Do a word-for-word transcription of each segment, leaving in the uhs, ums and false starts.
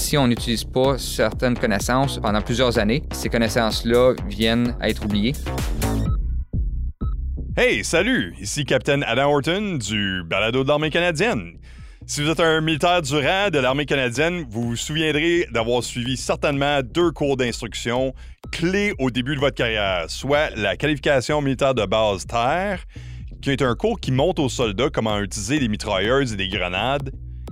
si on n'utilise pas certaines connaissances pendant plusieurs années, ces connaissances-là viennent à être oubliées. Hey, salut! Ici Capitaine Adam Horton du Balado de l'Armée canadienne. Si vous êtes un militaire du rang de l'Armée canadienne, vous vous souviendrez d'avoir suivi certainement deux cours d'instruction clés au début de votre carrière, soit la qualification militaire de base terre, qui est un cours qui montre aux soldats comment utiliser des mitrailleuses et des grenades,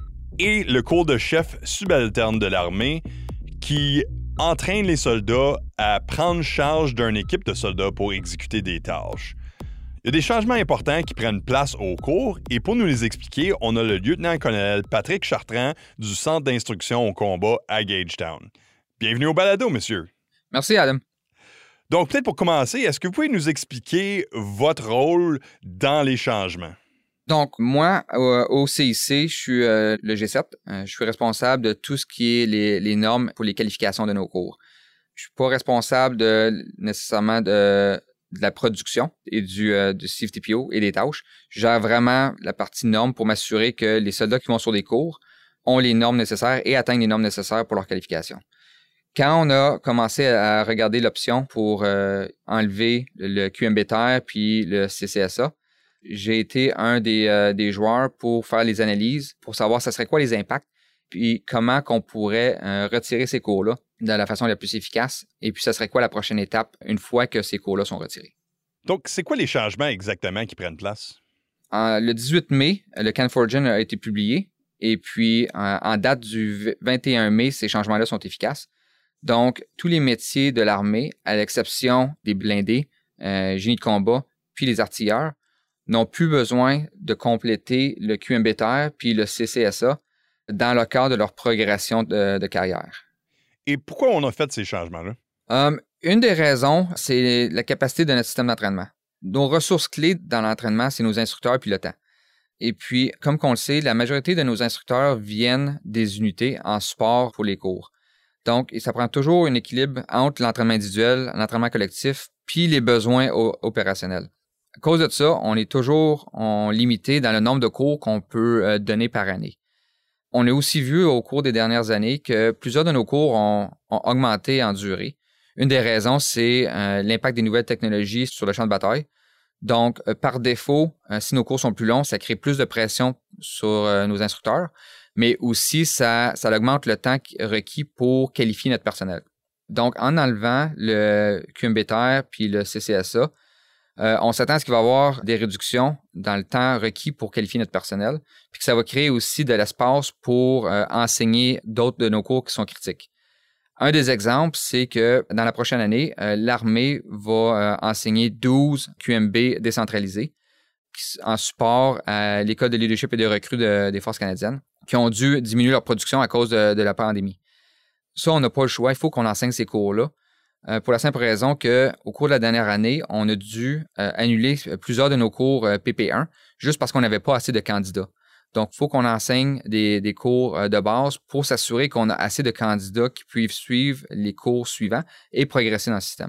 et le cours de chef subalterne de l'armée, qui entraîne les soldats à prendre charge d'une équipe de soldats pour exécuter des tâches. Il y a des changements importants qui prennent place au cours et pour nous les expliquer, on a le lieutenant-colonel Patrick Chartrand du Centre d'instruction au combat à Gagetown. Bienvenue au balado, monsieur. Merci, Adam. Donc, peut-être pour commencer, est-ce que vous pouvez nous expliquer votre rôle dans les changements? Donc, moi, euh, au C I C, je suis euh, le G sept. Euh, je suis responsable de tout ce qui est les, les normes pour les qualifications de nos cours. Je suis pas responsable de nécessairement de... de la production et du, euh, du C F T P O et des tâches. Je gère vraiment la partie normes pour m'assurer que les soldats qui vont sur des cours ont les normes nécessaires et atteignent les normes nécessaires pour leur qualification. Quand on a commencé à regarder l'option pour euh, enlever le Q M B T R puis le C C S A, j'ai été un des, euh, des joueurs pour faire les analyses, pour savoir ce serait quoi les impacts, puis comment qu'on pourrait euh, retirer ces cours-là de la façon la plus efficace, et puis ça serait quoi la prochaine étape une fois que ces cours-là sont retirés. Donc, c'est quoi les changements exactement qui prennent place? En, le dix-huit mai, le CAN-Forgen a été publié, et puis en, en date du vingt et un mai, ces changements-là sont efficaces. Donc, tous les métiers de l'armée, à l'exception des blindés, euh, génie de combat, puis les artilleurs, n'ont plus besoin de compléter le Q M B T R puis le C C S A dans le cadre de leur progression de, de carrière. Et pourquoi on a fait ces changements-là? Um, une des raisons, c'est la capacité de notre système d'entraînement. Nos ressources clés dans l'entraînement, c'est nos instructeurs puis le temps. Et puis, comme on le sait, la majorité de nos instructeurs viennent des unités en support pour les cours. Donc, ça prend toujours un équilibre entre l'entraînement individuel, l'entraînement collectif, puis les besoins opérationnels. À cause de ça, on est toujours on, limité dans le nombre de cours qu'on peut euh, donner par année. On a aussi vu au cours des dernières années que plusieurs de nos cours ont, ont augmenté en durée. Une des raisons, c'est euh, l'impact des nouvelles technologies sur le champ de bataille. Donc, euh, par défaut, euh, si nos cours sont plus longs, ça crée plus de pression sur euh, nos instructeurs, mais aussi ça, ça augmente le temps requis pour qualifier notre personnel. Donc, en enlevant le Q M B T R puis le C C S A, Euh, on s'attend à ce qu'il va y avoir des réductions dans le temps requis pour qualifier notre personnel, puis que ça va créer aussi de l'espace pour euh, enseigner d'autres de nos cours qui sont critiques. Un des exemples, c'est que dans la prochaine année, euh, l'armée va euh, enseigner douze Q M B décentralisés en support à l'École de leadership et de recrues de, des Forces canadiennes qui ont dû diminuer leur production à cause de, de la pandémie. Ça, on n'a pas le choix. Il faut qu'on enseigne ces cours-là. Euh, pour la simple raison qu'au cours de la dernière année, on a dû euh, annuler plusieurs de nos cours euh, P P un juste parce qu'on n'avait pas assez de candidats. Donc, il faut qu'on enseigne des, des cours euh, de base pour s'assurer qu'on a assez de candidats qui puissent suivre les cours suivants et progresser dans le système.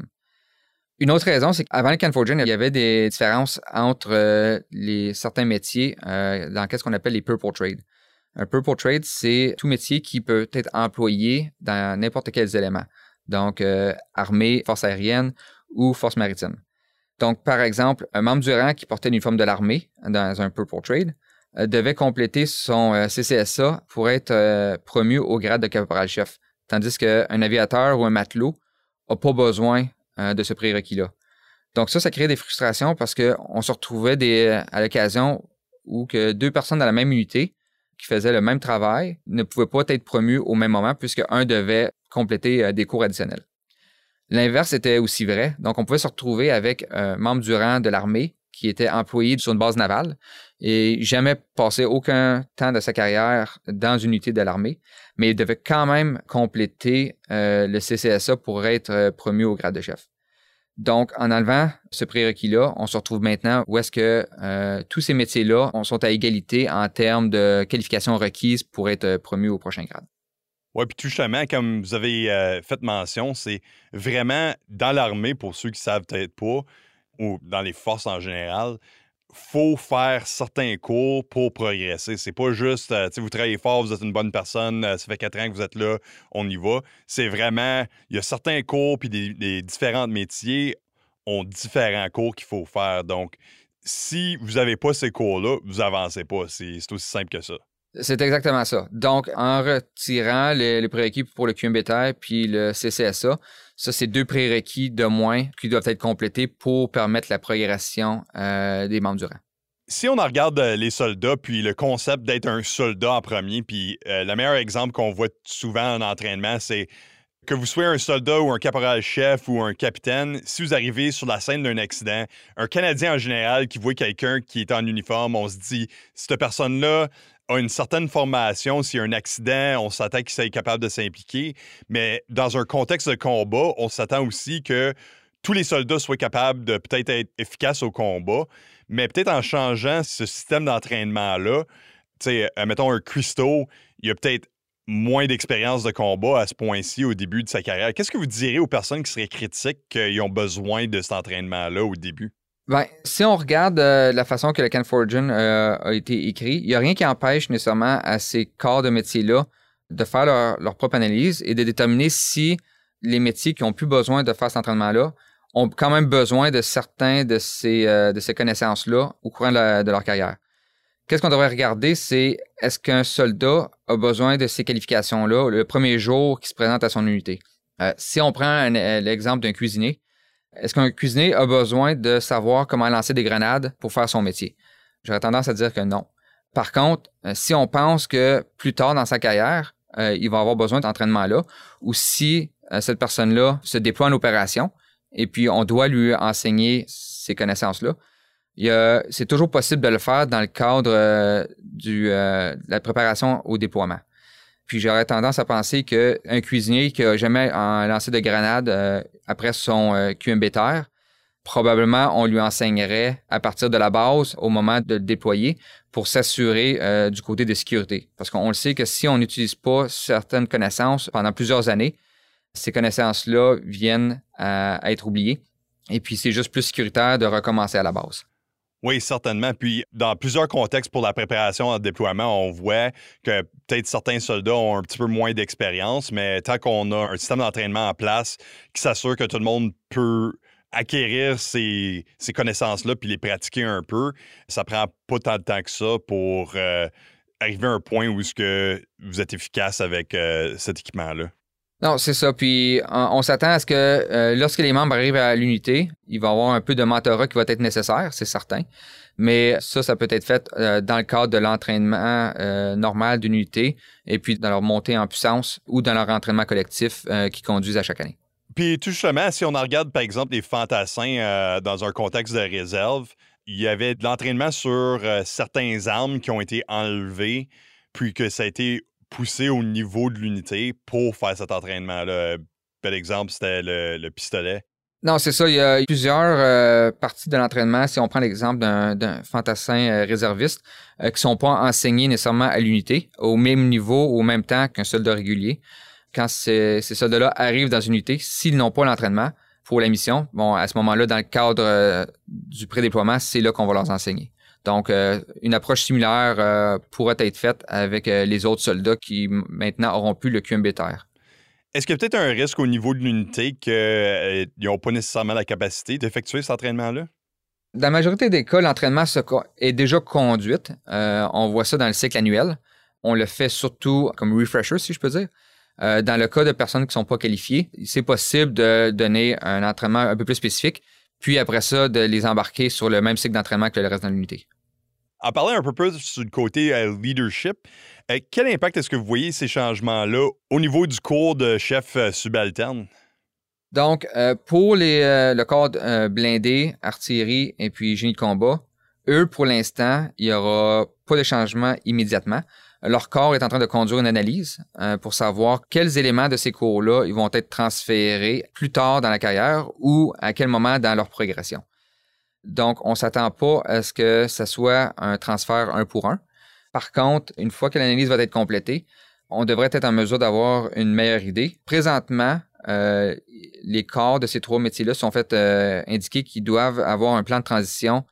Une autre raison, c'est qu'avant le CAN-Forgen, il y avait des différences entre euh, les, certains métiers euh, dans ce qu'on appelle les Purple Trade. Un Purple Trade, c'est tout métier qui peut être employé dans n'importe quels éléments. Donc, euh, armée, force aérienne ou force maritime. Donc, par exemple, un membre du rang qui portait l'uniforme de l'armée dans un Purple Trade euh, devait compléter son euh, C C S A pour être euh, promu au grade de caporal-chef, tandis qu'un aviateur ou un matelot n'a pas besoin euh, de ce prérequis-là. Donc ça, ça crée des frustrations parce qu'on se retrouvait des, à l'occasion où que deux personnes dans la même unité qui faisaient le même travail ne pouvaient pas être promus au même moment puisque un devait compléter euh, des cours additionnels. L'inverse était aussi vrai. Donc, on pouvait se retrouver avec un membre du rang de l'armée qui était employé sur une base navale et jamais passé aucun temps de sa carrière dans une unité de l'armée, mais il devait quand même compléter euh, le C C S A pour être euh, promu au grade de chef. Donc, en enlevant ce prérequis-là, on se retrouve maintenant où est-ce que euh, tous ces métiers-là sont à égalité en termes de qualifications requises pour être promu au prochain grade. Oui, puis tout justement, comme vous avez euh, fait mention, c'est vraiment dans l'armée, pour ceux qui ne savent peut-être pas, ou dans les forces en général, faut faire certains cours pour progresser. C'est pas juste, euh, tu sais, vous travaillez fort, vous êtes une bonne personne, euh, ça fait quatre ans que vous êtes là, on y va. C'est vraiment, il y a certains cours, puis des, des différents métiers ont différents cours qu'il faut faire. Donc, si vous n'avez pas ces cours-là, vous avancez pas. C'est, c'est aussi simple que ça. C'est exactement ça. Donc, en retirant les, les prérequis pour le Q M B T R puis le C C S A, ça, c'est deux prérequis de moins qui doivent être complétés pour permettre la progression euh, des membres du rang. Si on en regarde euh, les soldats, puis le concept d'être un soldat en premier, puis euh, le meilleur exemple qu'on voit souvent en entraînement, c'est que vous soyez un soldat ou un caporal-chef ou un capitaine, si vous arrivez sur la scène d'un accident, un Canadien en général qui voit quelqu'un qui est en uniforme, on se dit, cette personne-là a une certaine formation, s'il y a un accident, on s'attend qu'il soit capable de s'impliquer, mais dans un contexte de combat, on s'attend aussi que tous les soldats soient capables de peut-être être efficaces au combat, mais peut-être en changeant ce système d'entraînement-là, tu sais, mettons un Christo, il y a peut-être moins d'expérience de combat à ce point-ci au début de sa carrière. Qu'est-ce que vous direz aux personnes qui seraient critiques qu'ils ont besoin de cet entraînement-là au début? Bien, si on regarde euh, la façon que le Ken Fortune euh, a été écrit, il n'y a rien qui empêche nécessairement à ces corps de métiers-là de faire leur, leur propre analyse et de déterminer si les métiers qui ont plus besoin de faire cet entraînement-là ont quand même besoin de certains de ces, euh, de ces connaissances-là au courant de, la, de leur carrière. Qu'est-ce qu'on devrait regarder, c'est est-ce qu'un soldat a besoin de ces qualifications-là le premier jour qu'il se présente à son unité? Euh, si on prend un, l'exemple d'un cuisinier, est-ce qu'un cuisinier a besoin de savoir comment lancer des grenades pour faire son métier? J'aurais tendance à dire que non. Par contre, euh, si on pense que plus tard dans sa carrière, euh, il va avoir besoin d'entraînement-là, ou si euh, cette personne-là se déploie en opération, et puis on doit lui enseigner ces connaissances-là, il y a, c'est toujours possible de le faire dans le cadre euh, du, euh, de la préparation au déploiement. Puis j'aurais tendance à penser qu'un cuisinier qui n'a jamais lancé de grenade euh, après son euh, Q M B T R, probablement on lui enseignerait à partir de la base au moment de le déployer pour s'assurer euh, du côté de sécurité. Parce qu'on le sait que si on n'utilise pas certaines connaissances pendant plusieurs années, ces connaissances-là viennent à, à être oubliées. Et puis c'est juste plus sécuritaire de recommencer à la base. Oui, certainement. Puis, dans plusieurs contextes pour la préparation en déploiement, on voit que peut-être certains soldats ont un petit peu moins d'expérience, mais tant qu'on a un système d'entraînement en place qui s'assure que tout le monde peut acquérir ces, ces connaissances-là puis les pratiquer un peu, ça prend pas tant de temps que ça pour euh, arriver à un point où est-ce que vous êtes efficace avec euh, cet équipement-là. Non, c'est ça. Puis on, on s'attend à ce que euh, lorsque les membres arrivent à l'unité, il va y avoir un peu de mentorat qui va être nécessaire, c'est certain. Mais ça, ça peut être fait euh, dans le cadre de l'entraînement euh, normal d'une unité et puis dans leur montée en puissance ou dans leur entraînement collectif euh, qu'ils conduisent à chaque année. Puis tout justement, si on en regarde par exemple les fantassins euh, dans un contexte de réserve, il y avait de l'entraînement sur euh, certaines armes qui ont été enlevées, puis que ça a été poussé au niveau de l'unité pour faire cet entraînement-là. Bel exemple, c'était le, le pistolet. Non, c'est ça. Il y a plusieurs euh, parties de l'entraînement. Si on prend l'exemple d'un, d'un fantassin euh, réserviste euh, qui ne sont pas enseignés nécessairement à l'unité, au même niveau, au même temps qu'un soldat régulier. Quand ces, ces soldats-là arrivent dans une unité, s'ils n'ont pas l'entraînement pour la mission, bon, à ce moment-là, dans le cadre euh, du pré-déploiement, c'est là qu'on va leur enseigner. Donc, euh, une approche similaire euh, pourrait être faite avec euh, les autres soldats qui, maintenant, auront plus le Q M B T R. Est-ce qu'il y a peut-être un risque au niveau de l'unité qu'ils euh, n'ont pas nécessairement la capacité d'effectuer cet entraînement-là? Dans la majorité des cas, l'entraînement est déjà conduit. Euh, on voit ça dans le cycle annuel. On le fait surtout comme refresher, si je peux dire. Euh, dans le cas de personnes qui ne sont pas qualifiées, c'est possible de donner un entraînement un peu plus spécifique, puis après ça, de les embarquer sur le même cycle d'entraînement que le reste de l'unité. En parlant un peu plus sur le côté euh, leadership, euh, quel impact est-ce que vous voyez ces changements-là au niveau du cours de chef euh, subalterne? Donc, euh, pour les, euh, le corps euh, blindé, artillerie et puis génie de combat, eux, pour l'instant, il n'y aura pas de changement immédiatement. Leur corps est en train de conduire une analyse euh, pour savoir quels éléments de ces cours-là ils vont être transférés plus tard dans la carrière ou à quel moment dans leur progression. Donc, on ne s'attend pas à ce que ce soit un transfert un pour un. Par contre, une fois que l'analyse va être complétée, on devrait être en mesure d'avoir une meilleure idée. Présentement, euh, les corps de ces trois métiers-là sont fait euh, indiquer qu'ils doivent avoir un plan de transition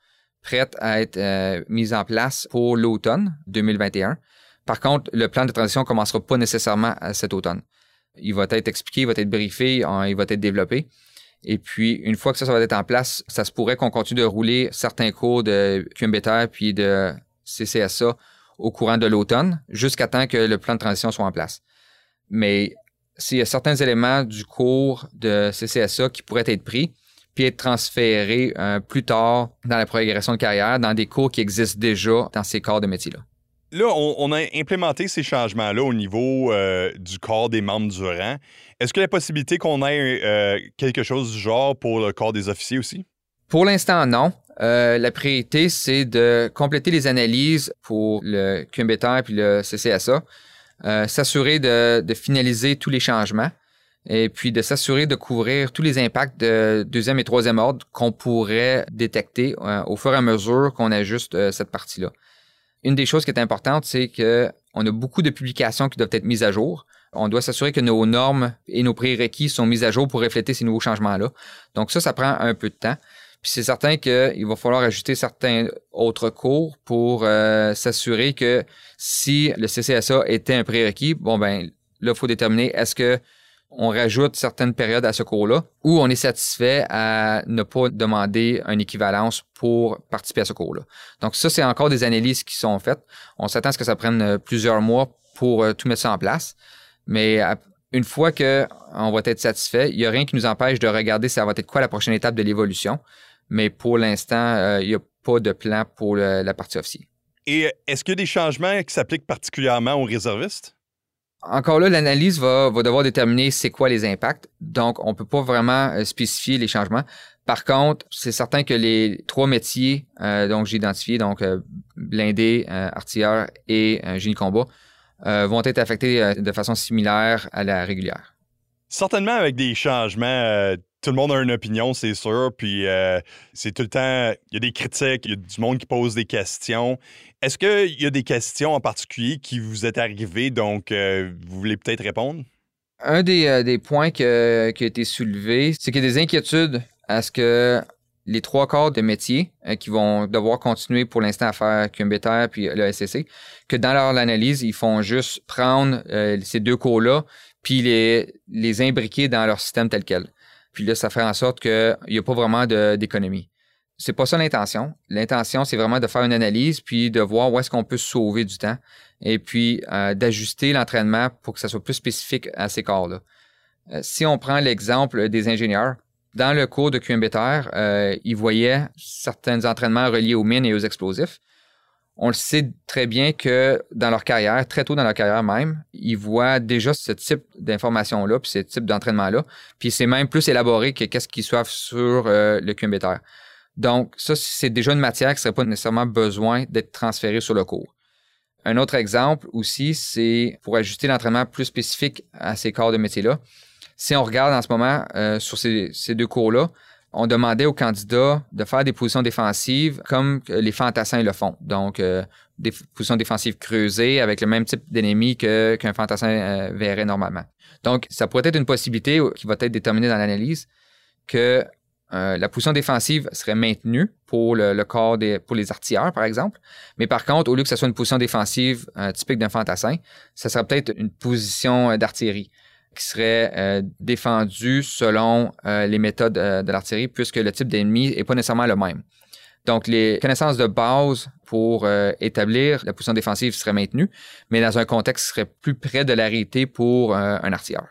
prête à être euh, mise en place pour l'automne deux mille vingt et un. Par contre, le plan de transition ne commencera pas nécessairement à cet automne. Il va être expliqué, il va être briefé, il va être développé. Et puis, une fois que ça, ça va être en place, ça se pourrait qu'on continue de rouler certains cours de Q M B T R puis de C C S A au courant de l'automne, jusqu'à temps que le plan de transition soit en place. Mais s'il y a certains éléments du cours de C C S A qui pourraient être pris, puis être transférés euh, plus tard dans la progression de carrière, dans des cours qui existent déjà dans ces corps de métier-là. Là, on, on a implémenté ces changements-là au niveau euh, du corps des membres du rang. Est-ce qu'il y a la possibilité qu'on ait euh, quelque chose du genre pour le corps des officiers aussi? Pour l'instant, non. Euh, la priorité, c'est de compléter les analyses pour le Q M B T R puis le C C S A, euh, s'assurer de, de finaliser tous les changements et puis de s'assurer de couvrir tous les impacts de deuxième et troisième ordre qu'on pourrait détecter euh, au fur et à mesure qu'on ajuste euh, cette partie-là. Une des choses qui est importante, c'est qu'on a beaucoup de publications qui doivent être mises à jour. On doit s'assurer que nos normes et nos prérequis sont mis à jour pour refléter ces nouveaux changements-là. Donc ça, ça prend un peu de temps. Puis c'est certain qu'il va falloir ajouter certains autres cours pour euh, s'assurer que si le C C S A était un prérequis, bon ben là, il faut déterminer est-ce que on rajoute certaines périodes à ce cours-là ou on est satisfait à ne pas demander une équivalence pour participer à ce cours-là. Donc ça, c'est encore des analyses qui sont faites. On s'attend à ce que ça prenne plusieurs mois pour tout mettre ça en place. Mais une fois qu'on va être satisfait, il n'y a rien qui nous empêche de regarder ça va être quoi la prochaine étape de l'évolution. Mais pour l'instant, euh, il n'y a pas de plan pour le, la partie officier. Et est-ce qu'il y a des changements qui s'appliquent particulièrement aux réservistes? Encore là, l'analyse va, va devoir déterminer c'est quoi les impacts. Donc, on ne peut pas vraiment euh, spécifier les changements. Par contre, c'est certain que les trois métiers, euh, donc j'ai identifié, donc euh, blindé, euh, artilleur et euh, génie combat, euh, vont être affectés euh, de façon similaire à la régulière. Certainement avec des changements, euh, tout le monde a une opinion, c'est sûr, puis euh, c'est tout le temps, il y a des critiques, il y a du monde qui pose des questions. Est-ce qu'il y a des questions en particulier qui vous est arrivées, donc euh, vous voulez peut-être répondre? Un des, euh, des points que, qui a été soulevé, c'est qu'il y a des inquiétudes à ce que les trois corps de métier euh, qui vont devoir continuer pour l'instant à faire Q M B T R puis le S C C, que dans leur analyse, ils font juste prendre euh, ces deux cours-là puis les, les imbriquer dans leur système tel quel. Puis là, ça ferait en sorte qu'il n'y a pas vraiment de, d'économie. C'est pas ça l'intention. L'intention, c'est vraiment de faire une analyse puis de voir où est-ce qu'on peut sauver du temps et puis euh, d'ajuster l'entraînement pour que ça soit plus spécifique à ces corps-là. Euh, si on prend l'exemple des ingénieurs, dans le cours de Q M B T R, euh, ils voyaient certains entraînements reliés aux mines et aux explosifs. On le sait très bien que dans leur carrière, très tôt dans leur carrière même, ils voient déjà ce type d'informations-là, puis ce type d'entraînement-là, puis c'est même plus élaboré que qu'est-ce qu'ils savent sur euh, le Q M B T R. Donc, ça, c'est déjà une matière qui ne serait pas nécessairement besoin d'être transférée sur le cours. Un autre exemple aussi, c'est pour ajuster l'entraînement plus spécifique à ces corps de métier-là. Si on regarde en ce moment euh, sur ces, ces deux cours-là, on demandait aux candidats de faire des positions défensives comme les fantassins le font. Donc, euh, des positions défensives creusées avec le même type d'ennemi que, qu'un fantassin euh, verrait normalement. Donc, ça pourrait être une possibilité qui va être déterminée dans l'analyse que euh, la position défensive serait maintenue pour le, le corps des, pour les artilleurs, par exemple. Mais par contre, au lieu que ce soit une position défensive euh, typique d'un fantassin, ça serait peut-être une position d'artillerie qui serait euh, défendu selon euh, les méthodes euh, de l'artillerie, puisque le type d'ennemi n'est pas nécessairement le même. Donc, les connaissances de base pour euh, établir la position défensive seraient maintenues, mais dans un contexte qui serait plus près de la réalité pour euh, un artilleur.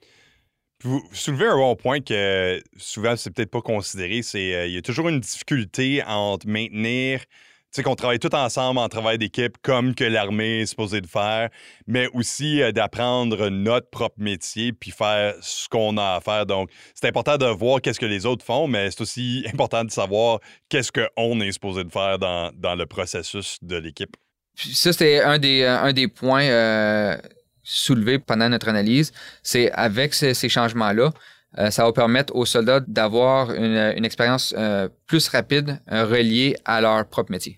Vous soulevez un bon point que souvent, c'est peut-être pas considéré, c'est euh, il y a toujours une difficulté entre maintenir, tu sais, qu'on travaille tout ensemble en travail d'équipe comme que l'armée est supposée de faire, mais aussi euh, d'apprendre notre propre métier puis faire ce qu'on a à faire. Donc, c'est important de voir qu'est-ce que les autres font, mais c'est aussi important de savoir qu'est-ce qu'on est supposé de faire dans, dans le processus de l'équipe. Puis ça, c'était un des, un des points euh, soulevés pendant notre analyse. C'est avec ces, ces changements-là, euh, ça va permettre aux soldats d'avoir une, une expérience euh, plus rapide euh, reliée à leur propre métier.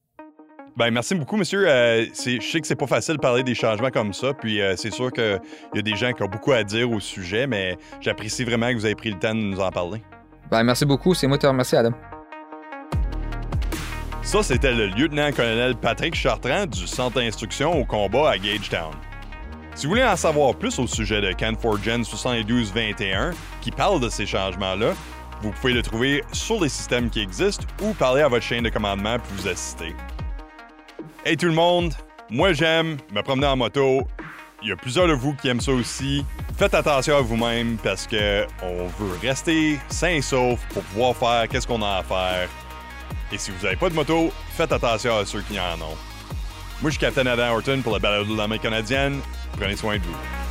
Ben merci beaucoup, monsieur. Euh, c'est, je sais que c'est pas facile de parler des changements comme ça, puis euh, c'est sûr qu'il y a des gens qui ont beaucoup à dire au sujet, mais j'apprécie vraiment que vous ayez pris le temps de nous en parler. Ben merci beaucoup. C'est moi qui te remercie, Adam. Ça, c'était le lieutenant-colonel Patrick Chartrand du Centre d'instruction au combat à Gagetown. Si vous voulez en savoir plus au sujet de Canfor Gen soixante-douze vingt et un, qui parle de ces changements-là, vous pouvez le trouver sur les systèmes qui existent ou parler à votre chaîne de commandement pour vous assister. Hey tout le monde, moi j'aime me promener en moto. Il y a plusieurs de vous qui aiment ça aussi. Faites attention à vous-même parce que on veut rester sain et sauf pour pouvoir faire qu'est-ce qu'on a à faire. Et si vous n'avez pas de moto, faites attention à ceux qui en ont. Moi, je suis Capitaine Adam Horton pour le balado de l'armée canadienne. Prenez soin de vous.